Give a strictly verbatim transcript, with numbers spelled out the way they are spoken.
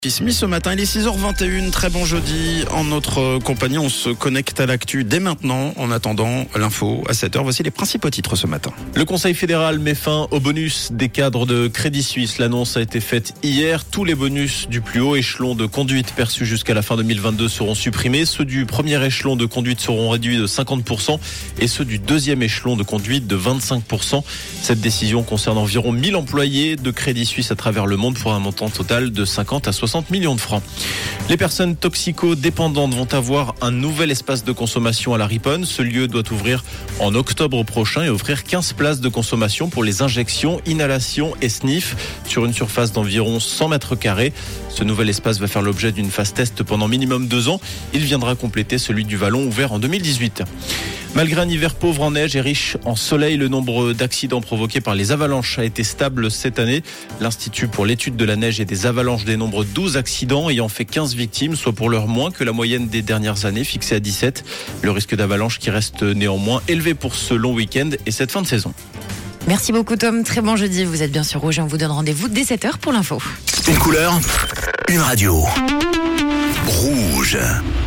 Smith ce matin, il est six heures vingt et une, très bon jeudi. En notre compagnie, on se connecte à l'actu dès maintenant. En attendant l'info à sept heures, voici les principaux titres ce matin. Le Conseil fédéral met fin au bonus des cadres de Crédit Suisse. L'annonce a été faite hier. Tous les bonus du plus haut échelon de conduite perçus jusqu'à la fin deux mille vingt-deux seront supprimés. Ceux du premier échelon de conduite seront réduits de cinquante pour cent et ceux du deuxième échelon de conduite de vingt-cinq pour cent. Cette décision concerne environ mille employés de Crédit Suisse à travers le monde pour un montant total de cinquante à soixante millions de francs. Les personnes toxico-dépendantes vont avoir un nouvel espace de consommation à la Riponne. Ce lieu doit ouvrir en octobre prochain et offrir quinze places de consommation pour les injections, inhalations et sniff sur une surface d'environ cent mètres carrés. Ce nouvel espace va faire l'objet d'une phase test pendant minimum deux ans. Il viendra compléter celui du Vallon ouvert en deux mille dix-huit. Malgré un hiver pauvre en neige et riche en soleil, le nombre d'accidents provoqués par les avalanches a été stable cette année. L'Institut pour l'étude de la neige et des avalanches dénombre douze accidents ayant fait quinze victimes, soit pour l'heure moins que la moyenne des dernières années fixée à dix-sept. Le risque d'avalanche qui reste néanmoins élevé pour ce long week-end et cette fin de saison. Merci beaucoup Tom, très bon jeudi, vous êtes bien sur Rouge et on vous donne rendez-vous dès sept heures pour l'info. Une couleur, une radio. Rouge.